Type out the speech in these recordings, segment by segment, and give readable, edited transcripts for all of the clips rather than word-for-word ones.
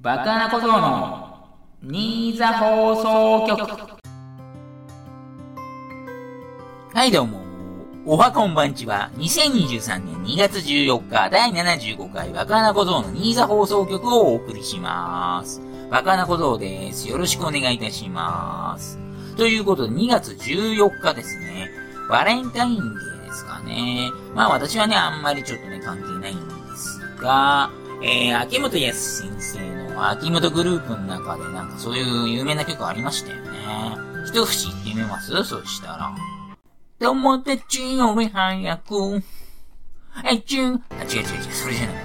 バカな小僧の新座放送局。はいどうも、おはこんばんちは。2023年2月14日第75回バカな小僧の新座放送局をお送りします。バカな小僧です。よろしくお願いいたします。ということで2月14日ですね。バレンタインデーですかね。まあ私はね、あんまりちょっとね、関係ないんですが、秋元康先生の秋元グループの中でなんかそういう有名な曲ありましたよね。一節言ってみます？そしたら。友達より早く、違う、それじゃない。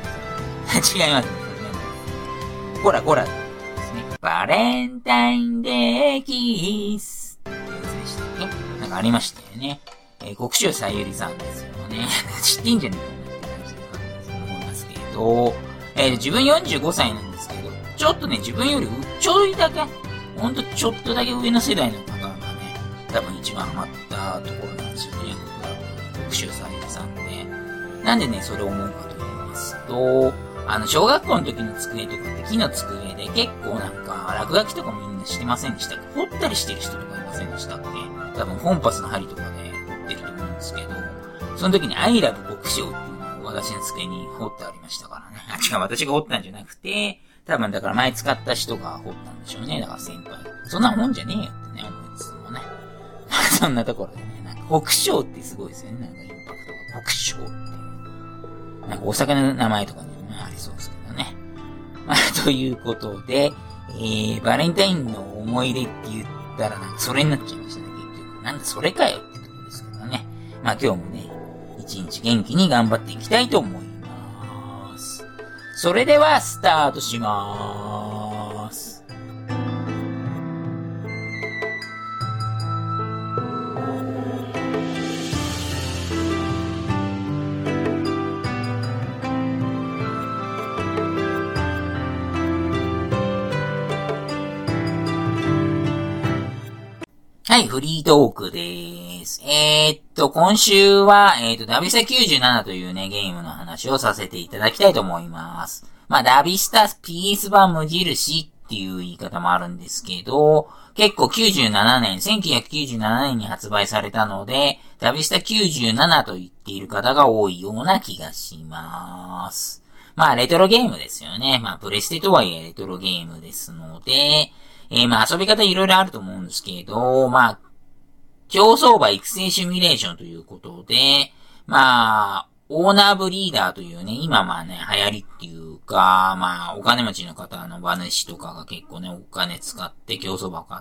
違います。こらですね。バレンタインデーキースってやつでしたっけ？なんかありましたよね。国生さゆりさんですよね。知ってんじゃねえかなって思いますけど、自分45歳なんですけど、ちょっとね、自分よりちょいだけ、ほんとちょっとだけ上の世代の方がね、多分一番ハマったところなんですよね。国生さゆりさんって。なんでね、それを思うかと言いますと、小学校の時の机とかって木の机で結構なんか、落書きとかみんなしてませんでしたっけ？彫ったりしてる人とかいませんでしたっけ？多分コンパスの針とかで彫ってると思うんですけど、その時に I love 国生っていうのを私の机に彫ってありましたからね。違う、私が彫ったんじゃなくて、多分だから前使った人が彫ったんでしょうね。だから先輩。そんなもんじゃねえよってね、思いつつもね。そんなところでね、なんか国生ってすごいですよね。なんかインパクトが国生って。なんかお酒の名前とかにもありそうですけどね。まあ、ということで、バレンタインの思い出って言ったらなんかそれになっちゃいましたね、結局。なんだそれかよってところですけどね。まあ今日もね、一日元気に頑張っていきたいと思います。それではスタートします。はい、フリートークでーす。今週は、ダビスタ97というね、ゲームの話をさせていただきたいと思います。まあ、ダビスタ PS 版無印っていう言い方もあるんですけど、結構1997年に発売されたので、ダビスタ97と言っている方が多いような気がします。まあ、レトロゲームですよね。まあ、プレステとはいえレトロゲームですので、まあ遊び方いろいろあると思うんですけど、まあ、競走馬育成シミュレーションということで、まあ、オーナーブリーダーというね、今まあね、流行りっていうか、まあ、お金持ちの方の馬主とかが結構ね、お金使って競走馬を買って、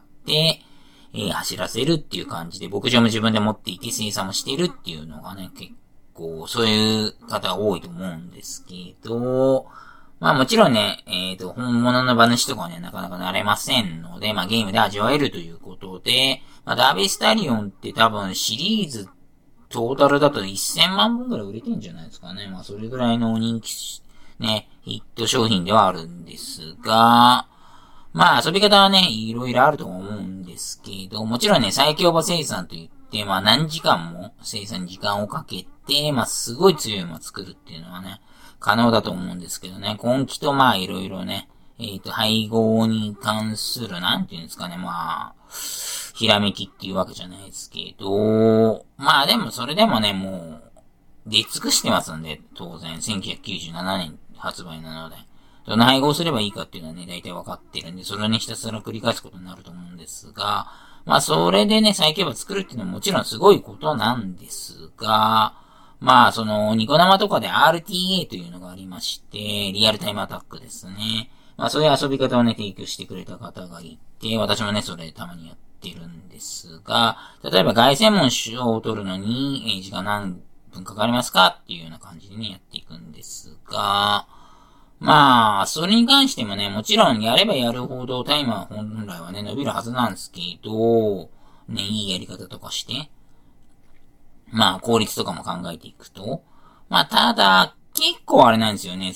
走らせるっていう感じで、牧場も自分で持っていて生産もしているっていうのがね、結構、そういう方が多いと思うんですけど、まあもちろんね、本物の馬主とかはね、なかなかなれませんので、まあゲームで味わえるということで、まあダービースタリオンって多分シリーズトータルだと1000万本ぐらい売れてんじゃないですかね。まあそれぐらいの人気、ね、ヒット商品ではあるんですが、まあ遊び方はね、いろいろあると思うんですけど、もちろんね、最強馬生産といって、まあ何時間も生産時間をかけて、まあすごい強い馬作るっていうのはね、可能だと思うんですけどね。根気とまあいろいろね、配合に関する、なんていうんですかね、まあ、ひらめきっていうわけじゃないですけど、まあでもそれでもね、もう、出尽くしてますんで、当然、1997年発売なので、どの配合すればいいかっていうのはね、大体わかってるんで、それをね、ひたすら繰り返すことになると思うんですが、まあそれでね、最強馬作るっていうのはもちろんすごいことなんですが、まあ、ニコ生とかで RTA というのがありまして、リアルタイムアタックですね。まあ、そういう遊び方をね、提供してくれた方がいて、私もね、それたまにやってるんですが、例えば凱旋門賞を取るのに、時間何分かかりますかっていうような感じでね、やっていくんですが、まあ、それに関してもね、もちろんやればやるほどタイムは本来はね、伸びるはずなんですけど、ね、いいやり方とかして、まあ、効率とかも考えていくと。まあ、ただ、結構あれなんですよね、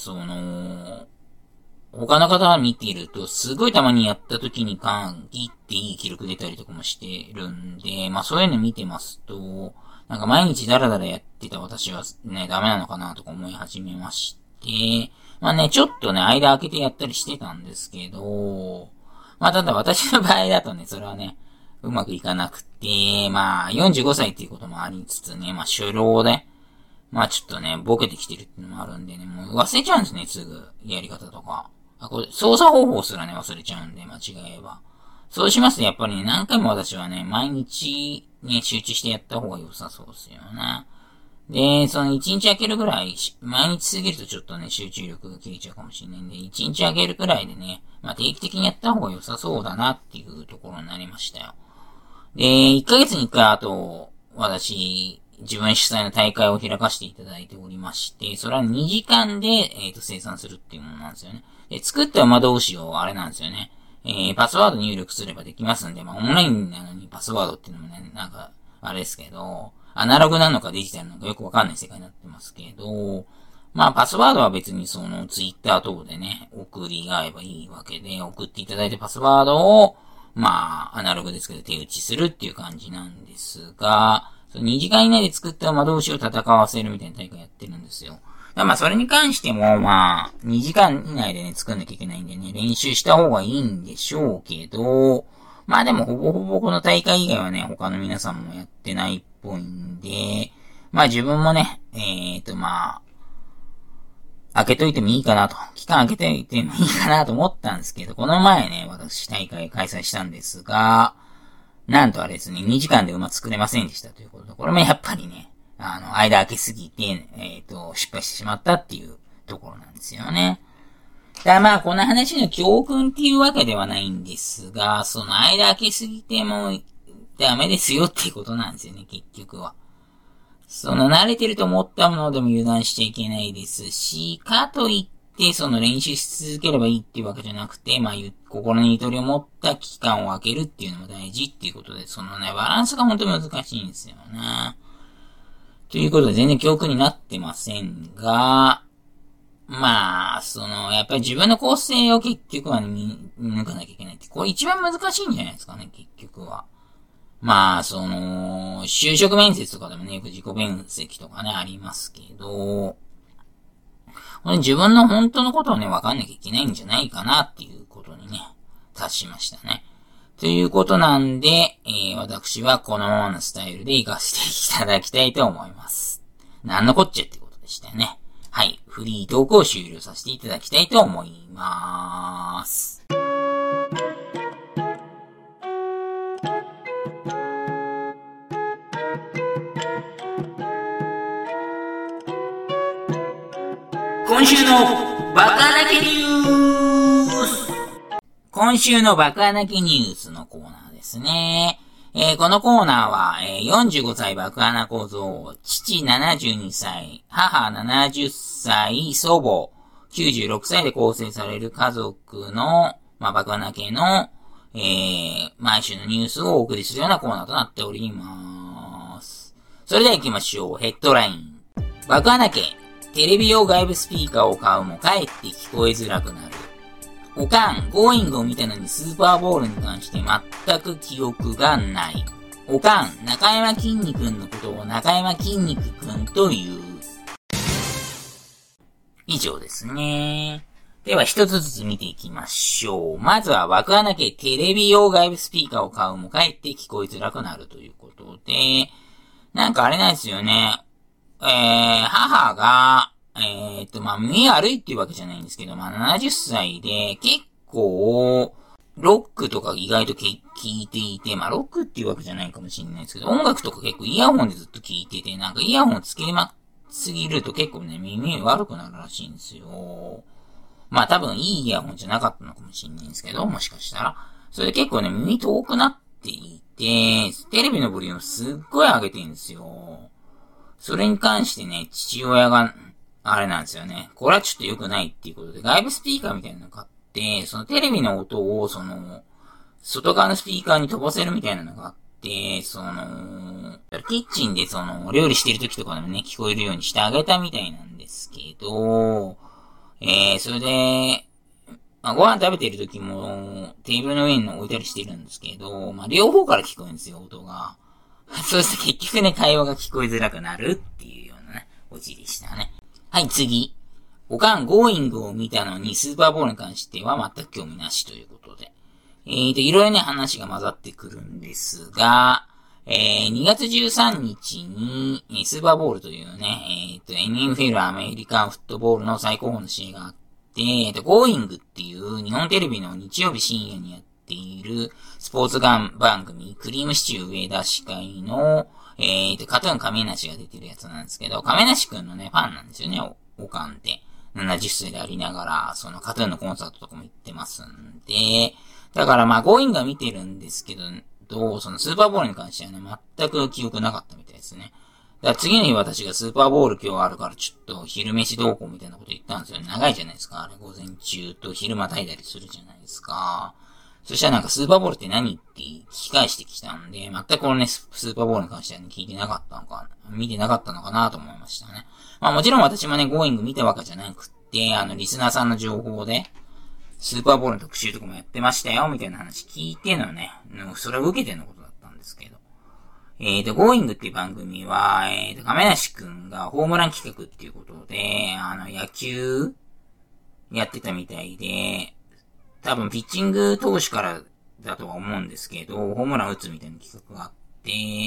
他の方が見ていると、すごいたまにやった時に限っていい記録出たりとかもしてるんで、まあそういうの見てますと、なんか毎日ダラダラやってた私はね、ダメなのかなとか思い始めまして、まあね、ちょっとね、間空けてやったりしてたんですけど、まあただ私の場合だとね、それはね、うまくいかなくて、まあ45歳っていうこともありつつね、まあ初老で、まあちょっとね、ボケてきてるっていうのもあるんでね、もう忘れちゃうんですね、すぐ。やり方とか。これ、操作方法すらね、忘れちゃうんで、間違えば。そうしますと、やっぱりね、何回も私はね、毎日ね、集中してやった方が良さそうですよね。で、その1日空けるぐらい、毎日過ぎるとちょっとね、集中力が切れちゃうかもしれないんで、1日空けるくらいでね、まあ定期的にやった方が良さそうだなっていうところになりましたよ。で、1ヶ月に1回あと、私、自分主催の大会を開かせていただいておりまして、それは2時間で、生産するっていうものなんですよね。で、作った馬同士をあれなんですよね。パスワード入力すればできますんで、まあ、オンラインなのにパスワードっていうのもね、なんか、あれですけど、アナログなのかデジタルなのかよくわかんない世界になってますけど、まあ、パスワードは別にその、ツイッター等でね、送り合えばいいわけで、送っていただいてパスワードを、まあ、アナログですけど手打ちするっていう感じなんですが、2時間以内で作った馬同士を戦わせるみたいな大会やってるんですよ。まあ、それに関しても、まあ、2時間以内でね、作んなきゃいけないんでね、練習した方がいいんでしょうけど、まあでも、ほぼほぼこの大会以外はね、他の皆さんもやってないっぽいんで、まあ自分もね、まあ、開けといてもいいかなと、期間開けといてもいいかなと思ったんですけど、この前ね、私大会開催したんですが、なんとあれですね、2時間で馬作れませんでしたということで、これもやっぱりね、間開けすぎて、失敗してしまったっていうところなんですよね。だからまあ、この話の教訓っていうわけではないんですが、その間開けすぎてもダメですよっていうことなんですよね、結局は。その慣れてると思ったものでも油断しちゃいけないですし、かといって、その練習し続ければいいっていうわけじゃなくて、まあ、心にゆとりを持った期間を空けるっていうのも大事っていうことで、そのね、バランスが本当に難しいんですよね。ということで、全然教訓になってませんが、まあ、やっぱり自分の構成を結局は抜かなきゃいけないって、これ一番難しいんじゃないですかね、結局は。まあ、就職面接とかでもね、よく自己分析とかね、ありますけど、自分の本当のことをね、わかんなきゃいけないんじゃないかなっていうことにね、達しましたね。ということなんで、私はこのままのスタイルで活かしていただきたいと思います。なんのこっちゃってことでしたよね。はい。フリートークを終了させていただきたいと思います。今週のバカだけニュース。今週のバカだけニュースのコーナーですね。このコーナーは、45歳爆穴小僧、父72歳、母70歳、祖母96歳で構成される家族の、爆穴系の、毎週のニュースをお送りするようなコーナーとなっております。それでは行きましょう。ヘッドライン。爆穴系、テレビ用外部スピーカーを買うもかえって聞こえづらくなる。おかん、ゴーイングを見たのにスーパーボールに関して全く記憶がない。おかん、中山きんに君のことを中山きんにく君と言う。以上ですね。では一つずつ見ていきましょう。まずは爆穴系テレビ用外部スピーカーを買うもかえって聞こえづらくなるということで、なんかあれなんですよね。母が、耳悪いっていうわけじゃないんですけど、70歳で結構、ロックとか意外と聞いていて、ロックっていうわけじゃないかもしれないですけど、音楽とか結構イヤホンでずっと聞いてて、なんかイヤホンつけますぎると結構ね、耳悪くなるらしいんですよ。多分いいイヤホンじゃなかったのかもしれないんですけど、もしかしたら。それで結構ね、耳遠くなっていて、テレビのボリュームすっごい上げてるんですよ。それに関してね、父親が、あれなんですよね。これはちょっと良くないっていうことで、外部スピーカーみたいなの買って、そのテレビの音を、外側のスピーカーに飛ばせるみたいなのがあって、キッチンで料理してる時とかでもね、聞こえるようにしてあげたみたいなんですけど、それで、ご飯食べてる時も、テーブルの上に置いたりしてるんですけど、両方から聞こえるんですよ、音が。そうすると結局ね、会話が聞こえづらくなるっていうようなね、オチでしたね。はい、次。 おかんゴーイングを見たのにスーパーボールに関しては全く興味なしということで。いろいろね話が混ざってくるんですが、2月13日に、スーパーボールというね、NFL アメリカンフットボールの最高峰の試合があって、ゴーイングっていう日本テレビの日曜日深夜にやっているスポーツ番組、クリームシチュー上田司会の、カトゥーン亀梨が出てるやつなんですけど、亀梨くんのね、ファンなんですよね、おかんって。70歳でありながら、そのカトゥーンのコンサートとかも行ってますんで、だからまあ、ゴーイングは見てるんですけど、そのスーパーボールに関してはね、全く記憶なかったみたいですね。だから次の日私がスーパーボール今日あるからちょっと昼飯どうこうみたいなこと言ったんですよね。長いじゃないですか。あれ午前中と昼またいだりするじゃないですか。そしたらなんかスーパーボールって何って聞き返してきたんで、全くこのね、スーパーボールに関してはね、聞いてなかったのか、見てなかったのかなと思いましたね。まあもちろん私もね、ゴーイング見たわけじゃなくって、リスナーさんの情報で、スーパーボールの特集とかもやってましたよ、みたいな話聞いてのね、それを受けてのことだったんですけど。ゴーイングっていう番組は、亀梨くんがホームラン企画っていうことで、野球やってたみたいで、多分ピッチング投手からだとは思うんですけど、ホームラン打つみたいな企画があって、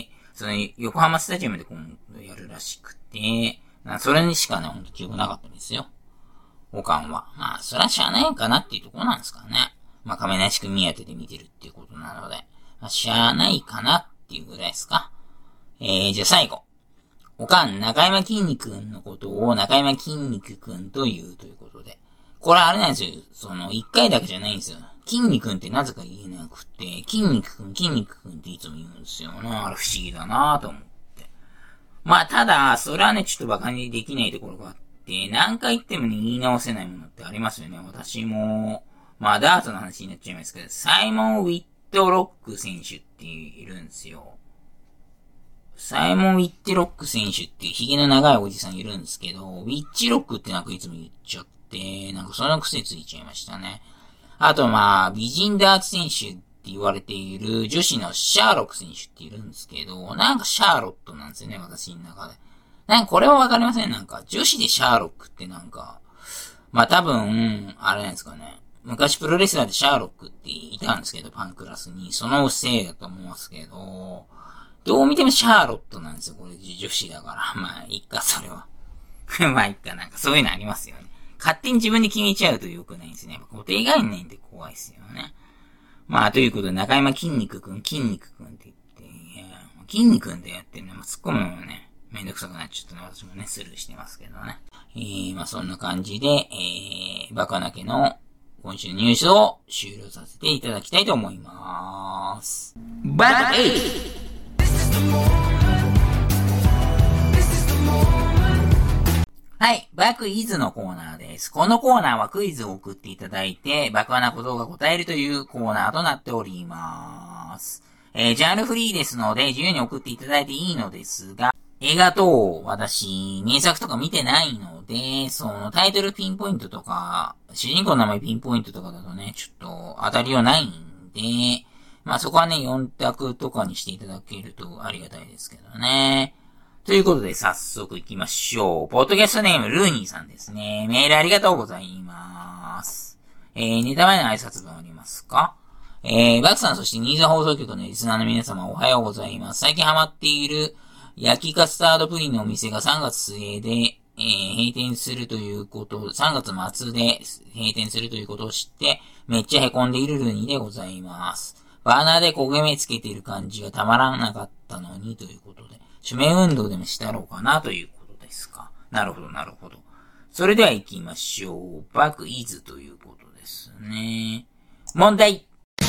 その横浜スタジアムで今度やるらしくて、それにしかね、ほんと記憶なかったんですよ。おかんは。まあ、それはしゃあないかなっていうところなんですかね。まあ、亀梨くん目当てで見てるっていうことなので、まあ、しゃあないかなっていうぐらいですか。じゃあ最後。おかん、中山きんに君のことを中山きんに君と言うということで。これあれなんですよ。一回だけじゃないんですよ。きんに君ってなぜか言えなくて、きんに君っていつも言うんですよね。あれ不思議だなぁと思って。まあ、ただ、それはね、ちょっと馬鹿にできないところがあって、何回言ってもね、言い直せないものってありますよね。私も、まあ、ダーツの話になっちゃいますけど、サイモン・ウィットロック選手っているんですよ。サイモン・ウィットロック選手っていう髭の長いおじさんいるんですけど、ウィッチロックってなんかいつも言っちゃって、なんかその癖ついちゃいましたね。あとまあ、美人ダーツ選手って言われている女子のシャーロック選手っているんですけど、なんかシャーロットなんですよね、私の中で。なんかこれはわかりません。なんか女子でシャーロックってなんか、まあ多分、あれなんですかね。昔プロレスラーでシャーロックっていたんですけど、パンクラスに。そのせいだと思いますけど、どう見てもシャーロットなんですよ。これ女子だから。まあ、いっか、それは。まあ、いっか、なんかそういうのありますよね。勝手に自分で決めちゃうと良くないんですね。固定概念って怖いですよね。まあ、ということで、中山筋肉くんって言って、筋肉でやってるね。まあ、突っ込むのもね、めんどくさくなっちゃったの私もね、スルーしてますけどね。まあ、そんな感じで、バカなけの今週ニュースを終了させていただきたいと思います。バカ8！はい。バクイズのコーナーです。このコーナーはクイズを送っていただいて、バカなことが答えるというコーナーとなっております。ジャンルフリーですので、自由に送っていただいていいのですが、映画等、私、名作とか見てないので、そのタイトルピンポイントとか、主人公の名前ピンポイントとかだとね、ちょっと当たりはないんで、まあそこはね、4択とかにしていただけるとありがたいですけどね。ということで、早速行きましょう。ポッドキャストネーム、ルーニーさんですね。メールありがとうございます。ネタ前の挨拶文ありますか？バクさん、そしてニーズ放送局のリスナーの皆様、おはようございます。最近ハマっている焼きカスタードプリンのお店が3月末で、閉店するということを、3月末で閉店するということを知って、めっちゃ凹んでいるルーニーでございます。バーナーで焦げ目つけている感じがたまらなかったのにということで、署名運動でもしたろうかなということですか。なるほど、なるほど。それでは行きましょう。バクイズということですね。問題。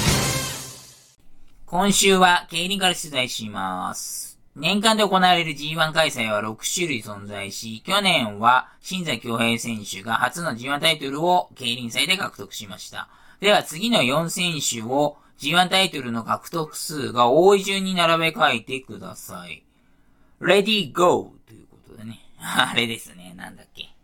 今週は競輪から出題します。年間で行われる G1 開催は6種類存在し、去年は新崎恭平選手が初の G1 タイトルを競輪祭で獲得しました。では次の4選手を G1 タイトルの獲得数が多い順に並べ替えてください。レディーゴーということでね。あれですね。なんだっけ。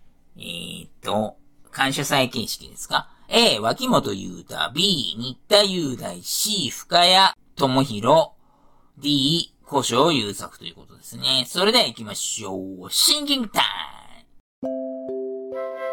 感謝祭形式ですか？ A、脇本雄太。B、新田雄大。C、深谷智弘。D、古生優作ということですね。それでは行きましょう。シンキングタイム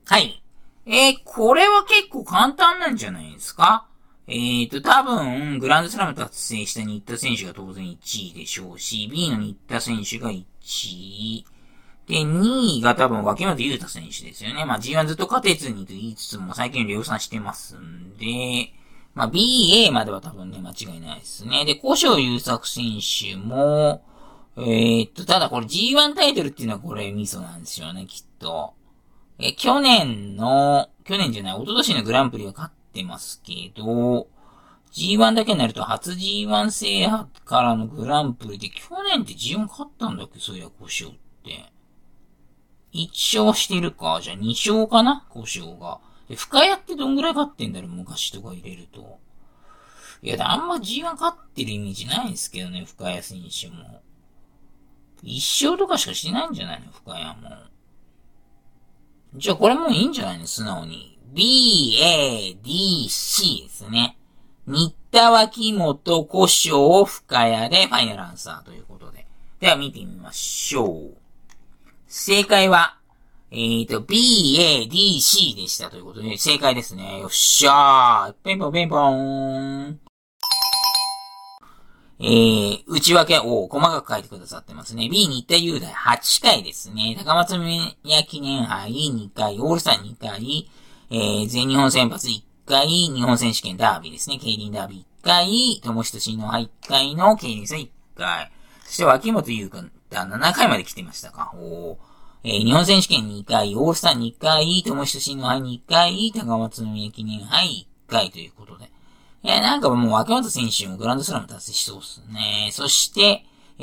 はい。これは結構簡単なんじゃないですか？多分、グランドスラム達成した新田選手が当然1位でしょうし、B の新田選手が1位。で、2位が多分、脇本優太選手ですよね。まあ、G1 ずっと勝てずにと言いつつも、最近量産してますんで、まあ、BA までは多分ね、間違いないですね。で、古性優作選手も、ただこれ G1 タイトルっていうのはこれミソなんですよね、きっと。去年じゃない、一昨年のグランプリは勝ってますけど、G1 だけになると初 G1 制覇からのグランプリで、去年って G1 勝ったんだっけ、そういや、古性って。1勝してるか。じゃあ2勝かな、古性が。で、深谷ってどんぐらい勝ってんだろう、昔とか入れると。いや、あんま G1 勝ってるイメージないんですけどね、深谷選手も。1勝とかしかしてないんじゃないの、深谷も。じゃあこれもういいんじゃないの、素直に。B, A, D, C ですね。新田脇本古性深谷でファイナルアンサーということで。では見てみましょう。正解は、B, A, D, C でしたということで、正解ですね。よっしゃー。ペンポンペンポーン。内訳を細かく書いてくださってますね。B 新田雄大8回ですね。高松宮記念杯2回、オールスター2回、全日本選抜1回、日本選手権ダービーですね。競輪ダービー1回、友人新の1回の競輪戦1回。そして脇本優君、7回まで来てましたか。日本選手権2回、オールスター2回、友人新の杯2回、高松宮記念杯1回ということで。なんかもう、脇本選手もグランドスラム達成しそうですね。そして、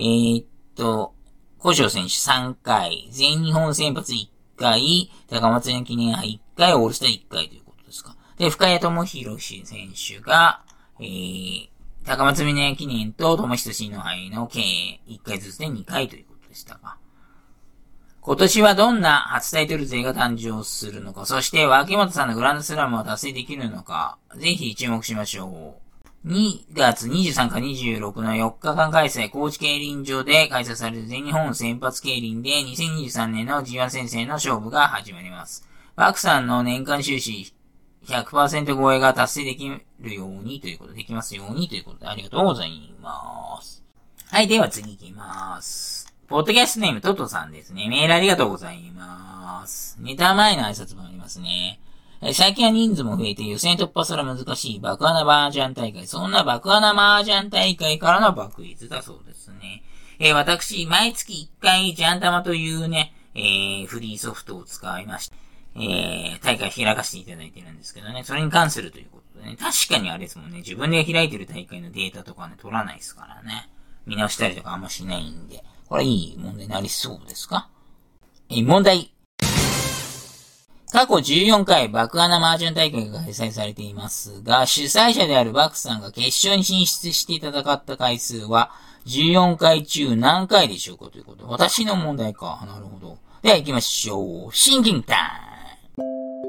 古性選手3回、全日本選抜1回、高松宮記念杯1回、オールスター1回ということですか。で、深谷智弘選手が、高松宮記念と友人新の杯の計1回ずつで2回ということでしたか。今年はどんな初タイトル勢が誕生するのか、そして脇本さんのグランドスラムを達成できるのか、ぜひ注目しましょう。2月23か26の4日間開催、高知競輪場で開催される全日本選抜競輪で2023年の G1 戦線の勝負が始まります。バクさんの年間収支 100% 超えが達成できるようにということ、できますようにということでありがとうございます。はい、では次行きます。ポッドキャストネームトトさんですね。メールありがとうございます。ネタ前の挨拶もありますね。最近は人数も増えて予選突破すら難しい爆穴麻雀大会。そんな爆穴麻雀大会からの爆イズだそうですね。私、毎月1回ジャンタマというね、フリーソフトを使いまして、大会開かせていただいてるんですけどね。それに関するということでね。確かにあれですもんね。自分で開いてる大会のデータとかね、取らないですからね。見直したりとかあんましないんで。これいい問題になりそうですか？問題。過去14回爆穴麻雀大会が開催されていますが、主催者であるバクさんが決勝に進出して戦った回数は14回中何回でしょうかということで。私の問題か。なるほど。では行きましょう。シンキングタイム。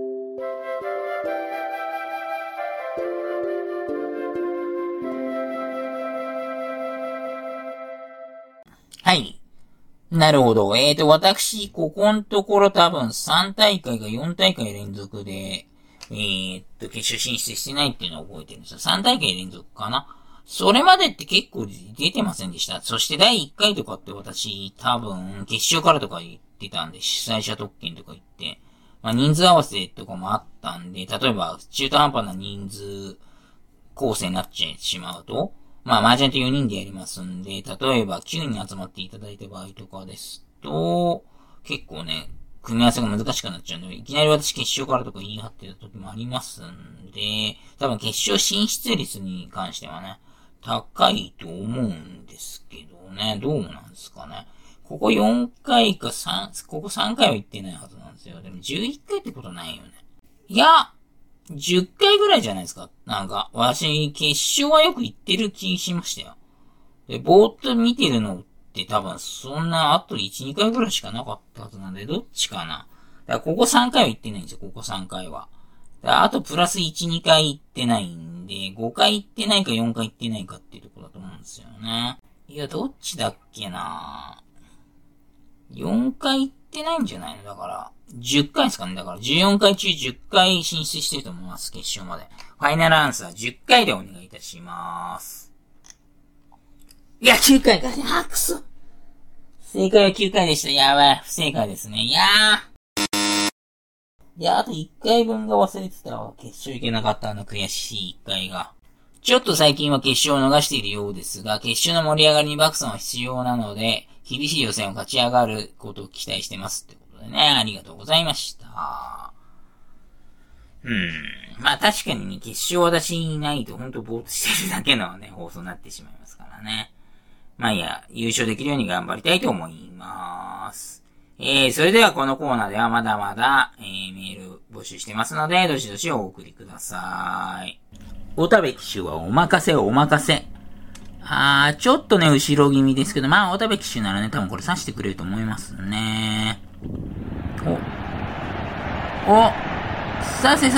はい。なるほど。私、ここのところ多分3大会か4大会連続で、決勝進出してないっていうのを覚えてるんですよ。3大会連続かな。それまでって結構出てませんでした。そして第1回とかって私、多分、決勝からとか言ってたんで、主催者特権とか言って、まあ人数合わせとかもあったんで、例えば、中途半端な人数構成になっちゃしまうと、まあ、麻雀って4人でやりますんで、例えば9人集まっていただいた場合とかですと、結構ね、組み合わせが難しくなっちゃうので、いきなり私決勝からとか言い張ってた時もありますんで、多分決勝進出率に関してはね、高いと思うんですけどね、どうなんですかね。ここ4回かここ3回は行ってないはずなんですよ。でも11回ってことないよね。いや、10回ぐらいじゃないですか。なんか、私、決勝はよく行ってる気しましたよ。で、ぼーっと見てるのって多分、そんな、あと1、2回ぐらいしかなかったはずなんで、どっちかな。だからここ3回は行ってないんですよ、ここ3回は。あと、プラス1、2回行ってないんで、5回行ってないか4回行ってないかっていうところだと思うんですよね。いや、どっちだっけな4回行ってってないんじゃないのだから、10回ですかね。だから14回中10回進出してると思います、決勝まで。ファイナルアンサー10回でお願いいたします。いや、9回か。くそ。正解は9回でした。やばい。不正解ですね。いや、あと1回分が忘れてたわ。決勝行けなかった悔しい1回が。ちょっと最近は決勝を逃しているようですが、決勝の盛り上がりにバクさんは必要なので、厳しい予選を勝ち上がることを期待してますってことでね、ありがとうございました。まあ確かにね、決勝私いないとほんとぼーっとしてるだけのね、放送になってしまいますからね。まあいや、優勝できるように頑張りたいと思います。それではこのコーナーではまだまだ、メール募集してますので、どしどしお送りください。おたべ騎手はお任せ。ちょっとね、後ろ気味ですけど、まあ、おたべ騎手ならね、多分これ刺してくれると思いますね。刺せ。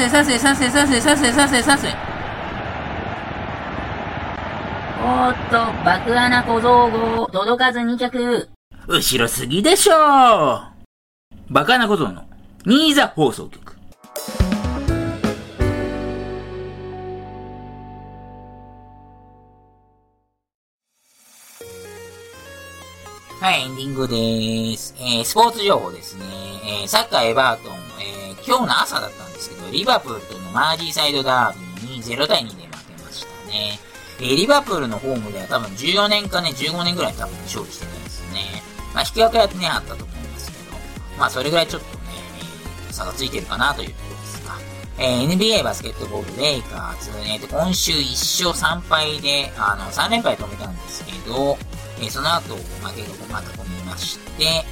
爆穴小僧号、届かず2着。 後ろすぎでしょ爆穴小僧の新座放送局。はい、エンディングでーす。スポーツ情報ですね。サッカーエバートン、今日の朝だったんですけど、リバプールとのマージーサイドダービーに0対2で負けましたね。リバプールのホームでは多分14年かね、15年ぐらい多分勝利してたんですね。まあ、引き分けはね、あったと思いますけど、まあ、それぐらいちょっとね、差がついてるかなというところですが。NBA バスケットボールレイカーズ、今週1勝3敗で、3連敗止めたんですけど、その後、負けがまた込みまして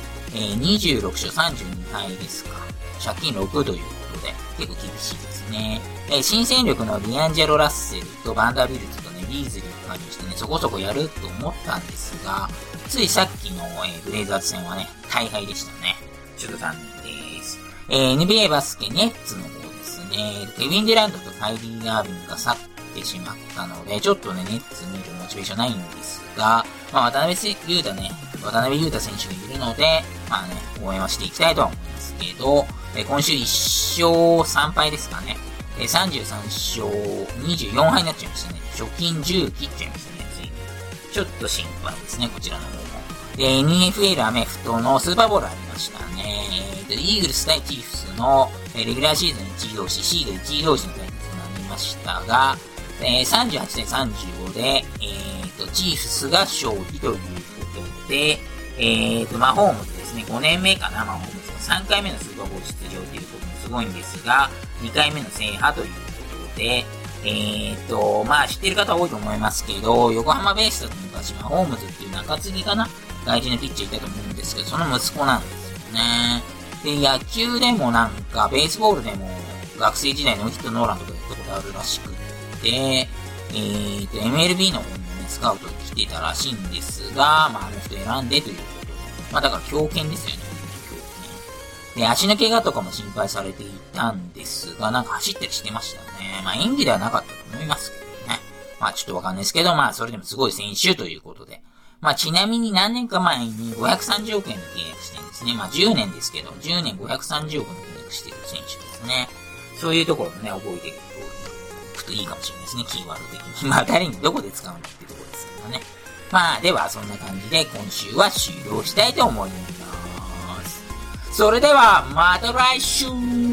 、26勝32敗ですか。借金6ということで、結構厳しいですね。新戦力のディアンジェロ・ラッセルとバンダービルトとね、ビーズリーを加入してね、そこそこやると思ったんですが、ついさっきの、ブレイザーズ戦はね、大敗でしたね。ちょっと残念です。NBA バスケネッツの方ですね、ケビン・デュラントとカイリー・ガービンが去ってしまったので、ちょっとね、ネッツ見るモチベーションないんですが、まあ、渡辺裕太選手がいるので、まあね、応援はしていきたいとは思いますけど、今週1勝3敗ですかね。33勝24敗になっちゃいましたね。貯金10切っちゃいましたね、ついに。ちょっと心配ですね、こちらの方も。NFL アメフトのスーパーボールありましたね。イーグルス対チーフスのレギュラーシーズン1位同士、シード1位同士の対決になりましたが、38対35で、チーフスが勝利ということで、マホームズですね、5年目かな、マホームズが3回目のスーパーボール出場ということもすごいんですが、2回目の制覇ということで、まあ知ってる方多いと思いますけど、横浜ベイスターズの昔、マホームズっていう中継ぎかな、外人のピッチャーいたと思うんですけど、その息子なんですよね。で、野球でもなんか、ベースボールでも、学生時代のヒットノーランとかやったことあるらしくって、MLB の方にもね、スカウトに来てたらしいんですが、まあ、人選んでということで。まあ、だから強肩ですよね、強肩。で、足の怪我とかも心配されていたんですが、なんか走ったりしてましたね。まあ、演技ではなかったと思いますけどね。まあ、ちょっとわかんないですけど、まあ、それでもすごい選手ということで。まあ、ちなみに何年か前に530億円の契約してるんですね。まあ、10年ですけど、10年530億の契約している選手ですね。そういうところもね、覚えておくといいかもしれないですね、キーワード的に。まあ、誰にどこで使うんだっていうところですけどね。まあ、では、そんな感じで今週は終了したいと思います。それでは、また来週